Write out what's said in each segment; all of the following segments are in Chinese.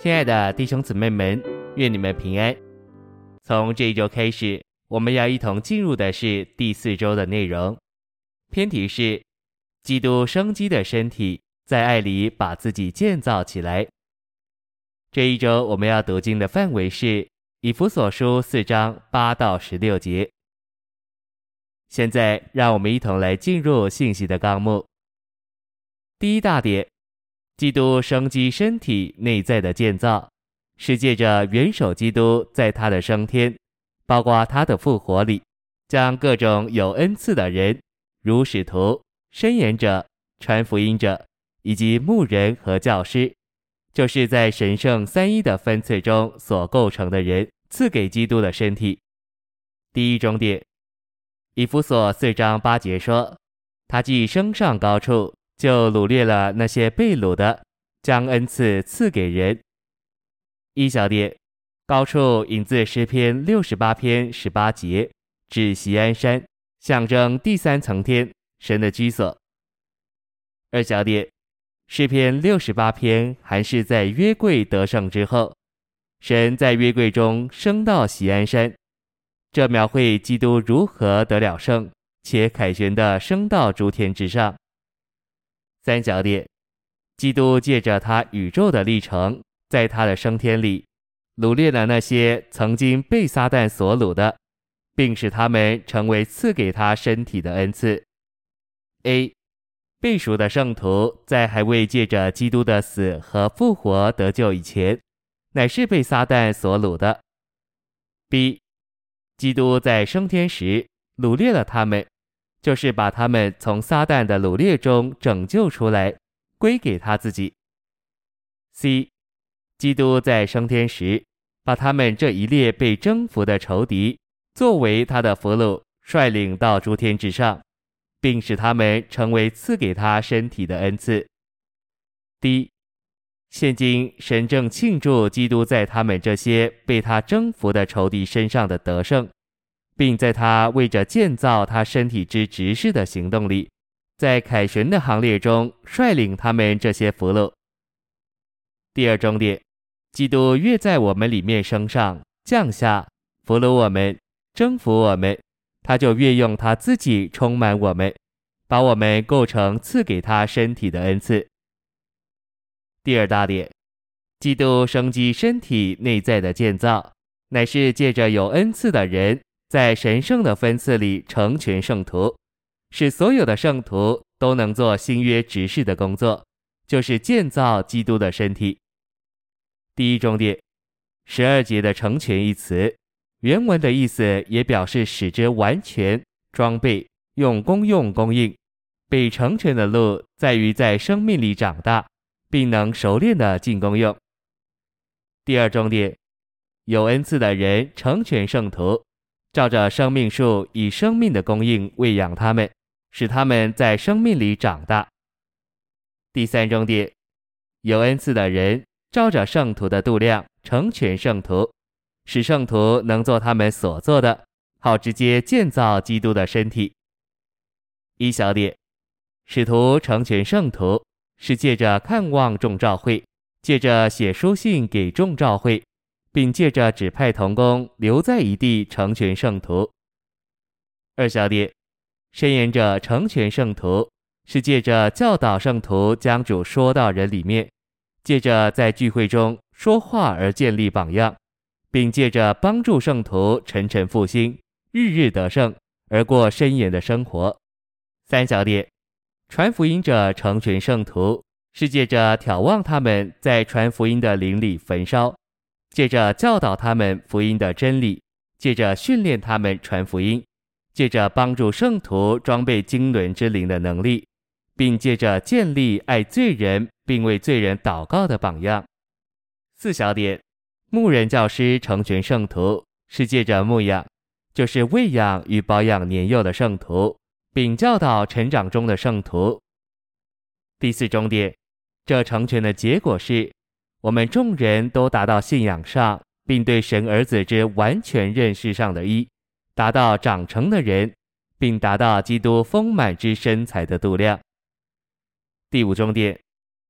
亲爱的弟兄姊妹们，愿你们平安。从这一周开始，我们要一同进入的是第4周的内容，篇题是基督生机的身体在爱里把自己建造起来。这一周我们要读经的范围是以弗所书4章8到16节。现在让我们一同来进入信息的纲目。第一大点，基督生机身体内在的建造，是借着元首基督在他的升天，包括他的复活里，将各种有恩赐的人，如使徒、申言者、传福音者，以及牧人和教师，就是在神圣三一的分次中所构成的人，赐给基督的身体。第一重点，以弗所4章8节说，他既升上高处，就掳掠了那些被掳的，将恩赐赐给人。一小点，高处引自诗篇68篇18节，指锡安山，象征第三层天，神的居所。二小点，诗篇68篇还是在约柜得胜之后，神在约柜中升到锡安山，这描绘基督如何得了胜，且凯旋地升到诸天之上。三小点，基督借着他宇宙的历程，在他的升天里，掳掠了那些曾经被撒旦所掳的，并使他们成为赐给他身体的恩赐。A. 被赎的圣徒在还未借着基督的死和复活得救以前，乃是被撒旦所掳的。B. 基督在升天时掳掠了他们，就是把他们从撒旦的掳掠中拯救出来，归给他自己。C. 基督在升天时，把他们这一列被征服的仇敌，作为他的俘虏，率领到诸天之上，并使他们成为赐给他身体的恩赐。D. 现今神正庆祝基督在他们这些被他征服的仇敌身上的得胜，并在他为着建造他身体之执事的行动里，在凯旋的行列中率领他们这些俘虏。第二重点，基督越在我们里面升上降下，俘虏我们，征服我们，他就越用他自己充满我们，把我们构成赐给他身体的恩赐。第二大点，基督生机身体内在的建造，乃是借着有恩赐的人，在神圣的分赐里成全圣徒，使所有的圣徒都能做新约执事的工作，就是建造基督的身体。第一重点，12节的成全一词，原文的意思也表示使之完全、装备、用功用供应。被成全的路在于在生命里长大，并能熟练地尽功用。第二重点，有恩赐的人成全圣徒，照着生命树以生命的供应喂养他们，使他们在生命里长大。第三重点，有恩赐的人照着圣徒的度量成全圣徒，使圣徒能做他们所做的，好直接建造基督的身体。一小点，使徒成全圣徒，是借着看望众召会，借着写书信给众召会，并借着指派同工留在一地成全圣徒。二小点，申言者成全圣徒，是借着教导圣徒将主说到人里面，借着在聚会中说话而建立榜样，并借着帮助圣徒沉沉复兴，日日得胜，而过深严的生活。三小点，传福音者成全圣徒，是借着眺望他们在传福音的灵里焚烧，借着教导他们福音的真理，借着训练他们传福音，借着帮助圣徒装备经纶之灵的能力，并借着建立爱罪人并为罪人祷告的榜样。四小点，牧人教师成全圣徒，是借着牧养，就是喂养与保养年幼的圣徒，并教导成长中的圣徒。第四重点，这成全的结果是，我们众人都达到信仰上，并对神儿子之完全认识上的一，达到长成的人，并达到基督丰满之身材的度量。第五重点，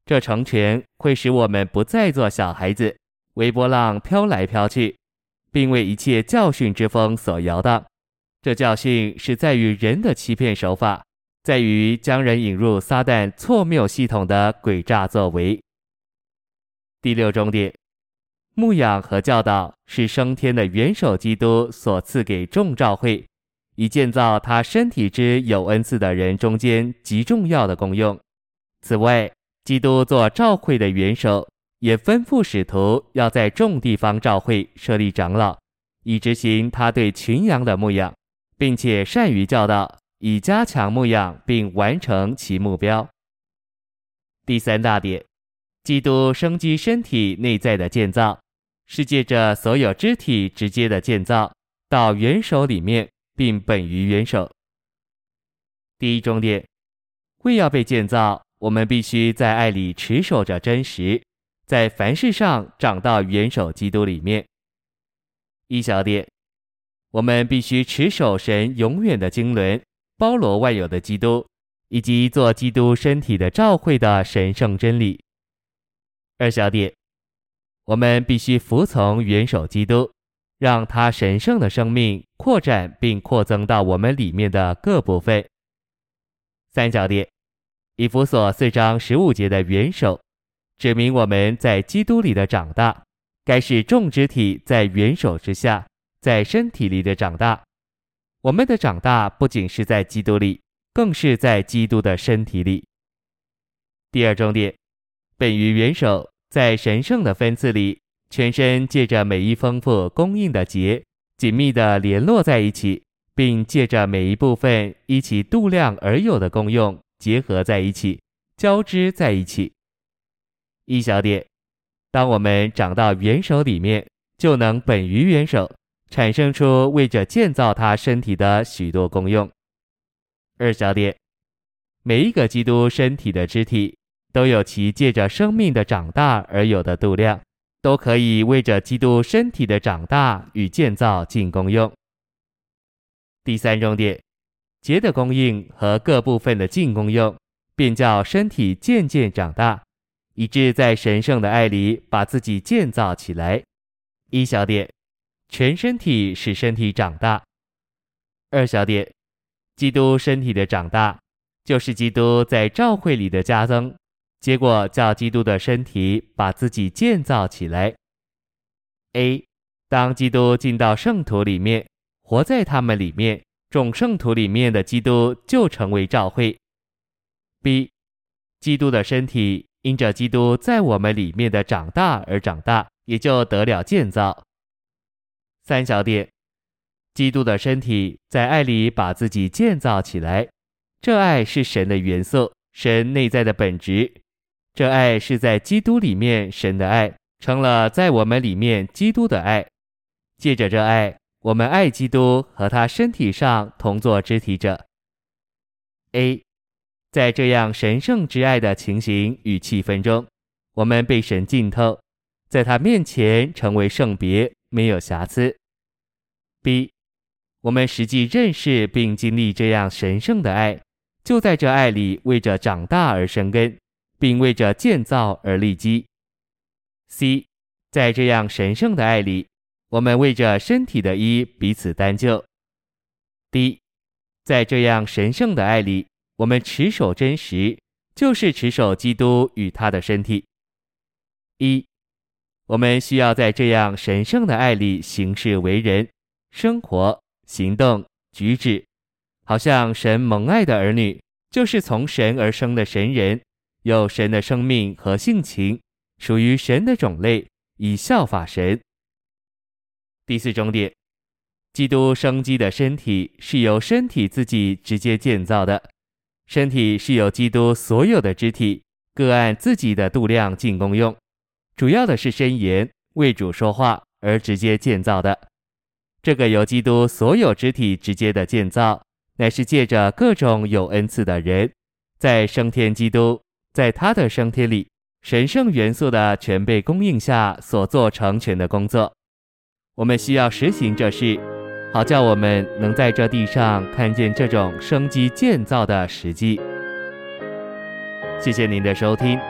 这成全会使我们不再做小孩子，为波浪飘来飘去，并为一切教训之风所摇荡。这教训是在于人的欺骗手法，在于将人引入撒旦错谬系统的诡诈作为。第六重点，牧养和教导是升天的元首基督所赐给众召会，以建造他身体之有恩赐的人中间极重要的功用。此外，基督做召会的元首，也吩咐使徒要在众地方召会设立长老，以执行他对群羊的牧养，并且善于教导，以加强牧养并完成其目标。第三大点，基督生机身体内在的建造，是借着所有肢体直接的建造到元首里面，并本于元首。第一重点，为要被建造，我们必须在爱里持守着真实，在凡事上长到元首基督里面。一小点，我们必须持守神永远的经纶，包罗万有的基督，以及做基督身体的召会的神圣真理。二小点，我们必须服从元首基督，让他神圣的生命扩展并扩增到我们里面的各部分。三小点，以弗所4章15节的元首，指明我们在基督里的长大，该是众肢体在元首之下，在身体里的长大。我们的长大不仅是在基督里，更是在基督的身体里。第二重点，本于元首，在神圣的分次里，全身借着每一丰富供应的节，紧密地联络在一起，并借着每一部分依其度量而有的功用结合在一起，交织在一起。一小点，当我们长到元首里面，就能本于元首，产生出为着建造他身体的许多功用。二小点，每一个基督身体的肢体都有其借着生命的长大而有的度量，都可以为着基督身体的长大与建造尽功用。第三重点，节的供应和各部分的尽功用，便叫身体渐渐长大，以致在神圣的爱里把自己建造起来。一小点，全身体使身体长大。二小点，基督身体的长大，就是基督在召会里的加增，结果叫基督的身体把自己建造起来。A， 当基督进到圣徒里面，活在他们里面，众圣徒里面的基督就成为召会。B， 基督的身体因着基督在我们里面的长大而长大，也就得了建造。三小点，基督的身体在爱里把自己建造起来，这爱是神的元素，神内在的本质。这爱是在基督里面神的爱，成了在我们里面基督的爱。借着这爱，我们爱基督和他身体上同作肢体者。A， 在这样神圣之爱的情形与气氛中，我们被神浸透，在他面前成为圣别，没有瑕疵。B， 我们实际认识并经历这样神圣的爱，就在这爱里为着长大而生根，并为着建造而立基。C， 在这样神圣的爱里，我们为着身体的一彼此担救。D， 在这样神圣的爱里，我们持守真实，就是持守基督与他的身体。1，我们需要在这样神圣的爱里行事为人、生活、行动、举止，好像神蒙爱的儿女，就是从神而生的神人，有神的生命和性情，属于神的种类，以效法神。第四重点，基督生机的身体是由身体自己直接建造的，身体是由基督所有的肢体各按自己的度量尽功用，主要的是申言为主说话而直接建造的。这个由基督所有肢体直接的建造，乃是借着各种有恩赐的人，在升天基督，在他的升天里，神圣元素的全备供应下所做成全的工作。我们需要实行这事，好叫我们能在这地上看见这种生机建造的实际。谢谢您的收听，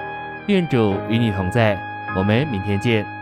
愿主与你同在，我们明天见。